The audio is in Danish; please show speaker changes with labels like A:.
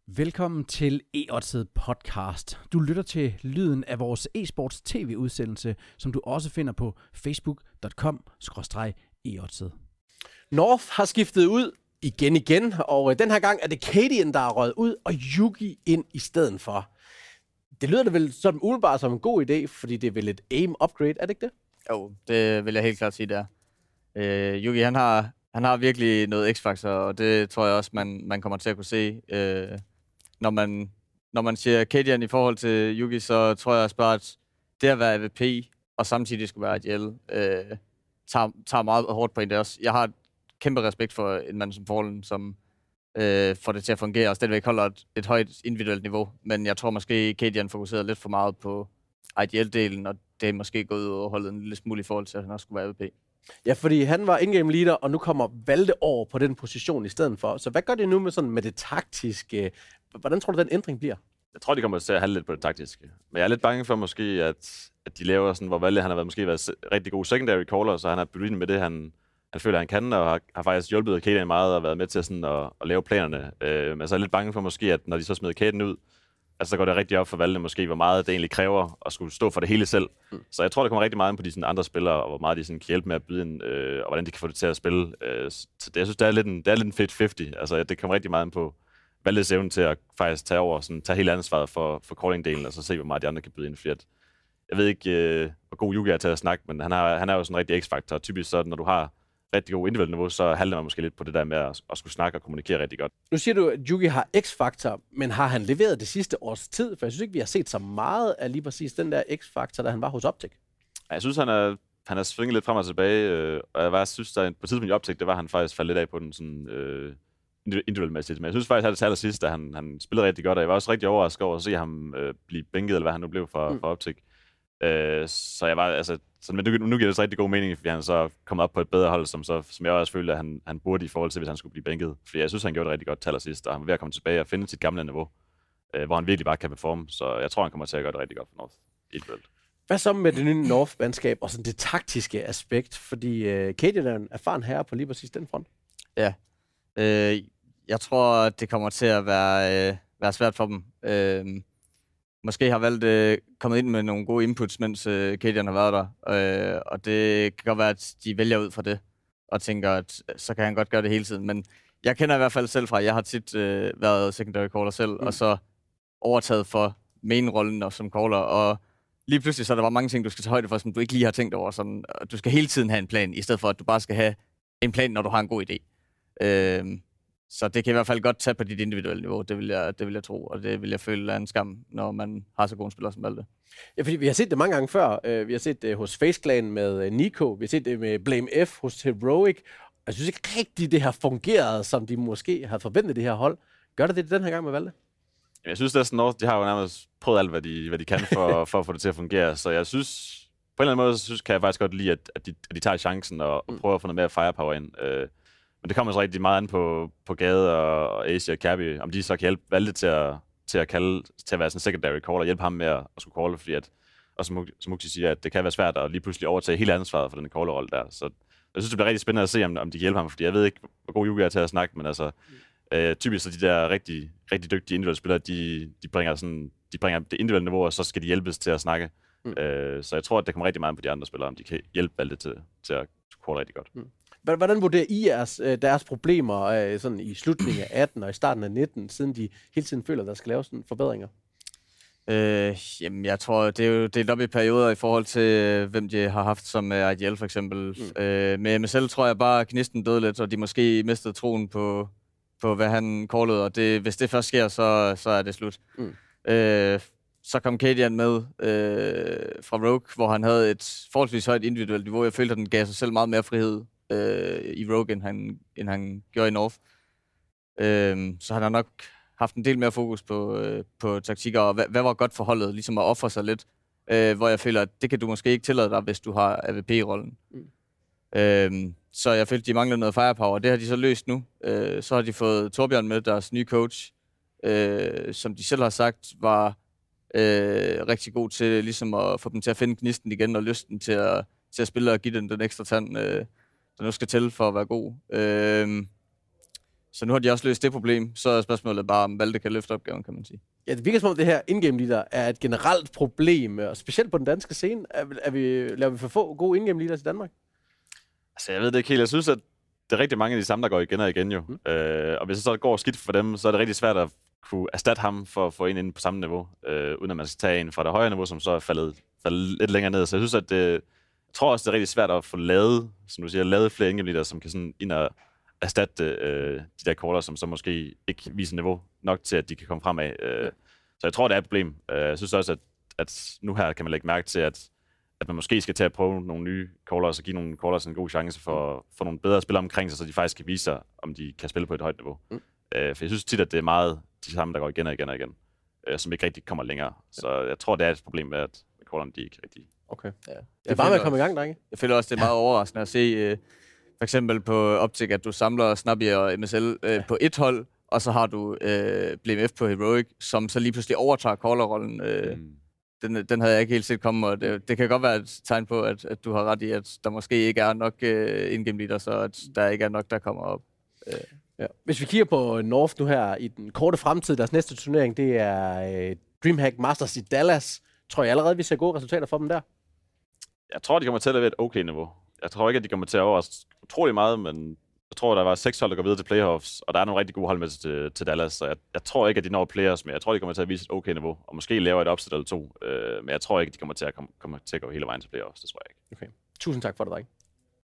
A: Velkommen til eOdds podcast. Du lytter til lyden af vores e-sports tv-udsendelse, som du også finder på facebook.com/eodds.
B: North har skiftet ud igen, og den her gang er det Cadian, der er røget ud, og Yugi ind i stedet for. Det lyder da vel sådan umiddelbart som en god idé, fordi det er vel et aim upgrade, er det ikke det?
C: Jo, det vil jeg helt klart sige, der. Yugi, han har virkelig noget x-faktor, og det tror jeg også, man kommer til at kunne se. Når man siger Cadian i forhold til Yugi, så tror jeg også bare, at det at være AVP, og samtidig skulle være IGL, tager meget hårdt på en det også. Jeg har kæmpe respekt for en mand som Fallen, som får det til at fungere, og stadigvæk holder et højt individuelt niveau. Men jeg tror måske, Cadian fokuserede lidt for meget på IGL-delen, og det er måske gået ud og holdet en lille smule i forhold til, at han også skulle være AVP.
B: Ja, fordi han var in-game leader, og nu kommer Valde over på den position i stedet for. Så hvad gør det nu med det taktiske? Hvordan tror du, den ændring bliver?
D: Jeg tror, de kommer til at handle lidt på det taktiske. Men jeg er lidt bange for måske, at de laver sådan, hvor Valde han har måske været rigtig god secondary caller, så han har byttet ind med det, han føler, han kan, og har faktisk hjulpet Cadian meget og været med til sådan at lave planerne. Men så er jeg lidt bange for måske, at når de så smider Cadian ud, altså så går det rigtig op for Valde måske, hvor meget det egentlig kræver at skulle stå for det hele selv. Så jeg tror, det kommer rigtig meget ind på de sådan andre spillere, og hvor meget de sådan kan hjælpe med at byde ind, og hvordan de kan få det til at spille. Så jeg synes, det er lidt en 50-50. Altså det kommer rigtig meget ind på Valdes evne til at faktisk tage hele ansvaret for calling-delen, og så se, hvor meget de andre kan byde ind. Fordi jeg ved ikke, hvor god Yugi er til at snakke, men han er jo sådan en rigtig x-faktor. Typisk så, når du har rigtig god individuelt niveau, så handler man måske lidt på det der med at skulle snakke og kommunikere rigtig godt.
B: Nu siger du, at Yugi har x-faktor, men har han leveret det sidste års tid? For jeg synes ikke, vi har set så meget af lige præcis den der x-faktor, da han var hos Optic.
D: Ja, jeg synes, han er svinget lidt frem og tilbage, og jeg synes, der på tidspunkt i Optic, det var han faktisk faldet lidt af på den sådan individuelt-mæssigt. Men jeg synes faktisk, at det allersidst, da han spillede rigtig godt, og jeg var også rigtig overrasket over at se ham blive bænket, eller hvad han nu blev for Optic. Så jeg var, men nu giver det så rigtig god mening, fordi han så kom op på et bedre hold, som jeg også følte, at han burde i forhold til, hvis han skulle blive bænket. Fordi jeg synes, han gjorde det rigtig godt til allersidst, og han var ved at komme tilbage og finde sit gamle niveau, hvor han virkelig bare kan performe. Så jeg tror, han kommer til at gøre det rigtig godt for North individuelt.
B: Hvad så med det nye North-mandskab og sådan det taktiske aspekt? Fordi Cadian er en erfaren herre på lige præcis den front.
C: Ja. Jeg tror, det kommer til at være svært for dem. Måske har Valde kommet ind med nogle gode inputs, mens Cadian har været der. Og det kan godt være, at de vælger ud fra det, og tænker, at så kan han godt gøre det hele tiden. Men jeg kender i hvert fald selv fra, at jeg har tit været secondary caller selv, og så overtaget for main-rollen og som caller. Og lige pludselig så er der bare mange ting, du skal tage højde for, som du ikke lige har tænkt over. Sådan, du skal hele tiden have en plan, i stedet for, at du bare skal have en plan, når du har en god idé. Så det kan i hvert fald godt tage på dit individuelle niveau, det vil jeg tro, og det vil jeg føle er en skam, når man har så gode spillere som Valde.
B: Ja, fordi vi har set det mange gange før. Vi har set det hos Face Clan med Nico, vi har set det med Blame F hos Heroic. Jeg synes ikke rigtigt, det har fungeret, som de måske havde forventet det her hold. Gør det den her gang med Valde?
D: Jeg synes, at North, de har jo nærmest prøvet alt, hvad de kan for at få det til at fungere. Så jeg synes, på en eller anden måde, kan jeg faktisk godt lide, at de tager chancen og prøver at få noget mere firepower ind. Men det kommer så rigtig meget an på Gade og AC og Kirby, om de så kan hjælpe Valde til at være sådan en secondary caller, og hjælpe ham med at skulle calle, fordi og som Muxi siger, at det kan være svært at lige pludselig overtage hele ansvaret for den caller-rolle der. Så jeg synes, det bliver rigtig spændende at se, om de kan hjælpe ham, fordi jeg ved ikke, hvor god Yugi er til at snakke, men altså typisk så de der rigtig, rigtig dygtige individuelle spillere, de bringer det individuelle niveau, og så skal de hjælpes til at snakke. Så jeg tror, at det kommer rigtig meget på de andre spillere, om de kan hjælpe Valde til at calle rigtig godt.
B: Hvordan vurderer I deres problemer sådan i slutningen af 18 og i starten af 19, siden de hele tiden føler, at der skal laves sådan forbedringer?
C: Jamen, jeg tror, det er jo delt op i perioder i forhold til, hvem de har haft som IGL for eksempel. Med MSL tror jeg bare, knisten døde lidt, og de måske mistede troen på hvad han callede, og hvis det først sker, så er det slut. Så kom Cadian med fra Rogue, hvor han havde et forholdsvis højt individuelt niveau. Jeg følte, at den gav sig selv meget mere frihed i Rogue, end han gjorde i North. Så han har nok haft en del mere fokus på taktikker, og hvad var godt for holdet, ligesom at ofre sig lidt, hvor jeg føler, at det kan du måske ikke tillade dig, hvis du har AVP-rollen. Så jeg følte, de manglede noget firepower, og det har de så løst nu. Så har de fået Torbjørn med, deres nye coach, som de selv har sagt, var rigtig god til ligesom at få dem til at finde gnisten igen, og lysten til at spille og give den ekstra tand, der nu skal til for at være god. Så nu har de også løst det problem. Så er spørgsmålet bare, om Valde kan løfte opgaven, kan man sige.
B: Ja, det virker som om det her in-game leader er et generelt problem, og specielt på den danske scene. Laver vi for få gode in-game leaders i Danmark?
D: Altså, jeg ved det ikke helt. Jeg synes, at det er rigtig mange af de samme, der går igen og igen jo. Og hvis det så går skidt for dem, så er det rigtig svært at kunne erstatte ham for at få en ind på samme niveau, uden at man skal tage en fra det højere niveau, som så er faldet lidt længere ned. Så jeg synes, at jeg tror også, det er rigtig svært at få lavet, som du siger, lavet flere in-game leaders, som kan sådan ind og erstatte de der callers, som så måske ikke viser niveau nok til, at de kan komme fremad. Så jeg tror, det er et problem. Jeg synes også, at nu her kan man lægge mærke til, at man måske skal til at prøve nogle nye callers og give nogle callers en god chance for at få nogle bedre spillere omkring sig, så de faktisk kan vise sig, om de kan spille på et højt niveau. For jeg synes tit, at det er meget de samme, der går igen og igen og igen, som ikke rigtig kommer længere. Så jeg tror, det er et problem med, at callerne de ikke rigtig...
B: Okay. Ja. Det er bare med at komme i gang, drenge.
C: Jeg føler også, det er meget overraskende at se, for eksempel på Optic, at du samler Snappy og MSL på et hold, og så har du BMF på Heroic, som så lige pludselig overtager callerrollen. Den havde jeg ikke helt set komme, og det kan godt være et tegn på, at du har ret i, at der måske ikke er nok in-game leader, så at der ikke er nok, der kommer op.
B: Ja. Hvis vi kigger på North nu her i den korte fremtid, deres næste turnering, det er DreamHack Masters i Dallas. Tror jeg allerede, vi ser gode resultater for dem der?
D: Jeg tror, de kommer til at være et okay niveau. Jeg tror ikke, at de kommer til at overraske utrolig meget, men jeg tror, der var 6 hold, der går videre til playoffs, og der er nogle rigtig gode hold med til Dallas, så jeg tror ikke, at de når playoffs, men jeg tror, de kommer til at vise et okay niveau, og måske laver et upset eller 2, men jeg tror ikke, at de kommer til at gå hele vejen til playoffs, det tror jeg ikke.
B: Okay. Tusind tak for det, dreng.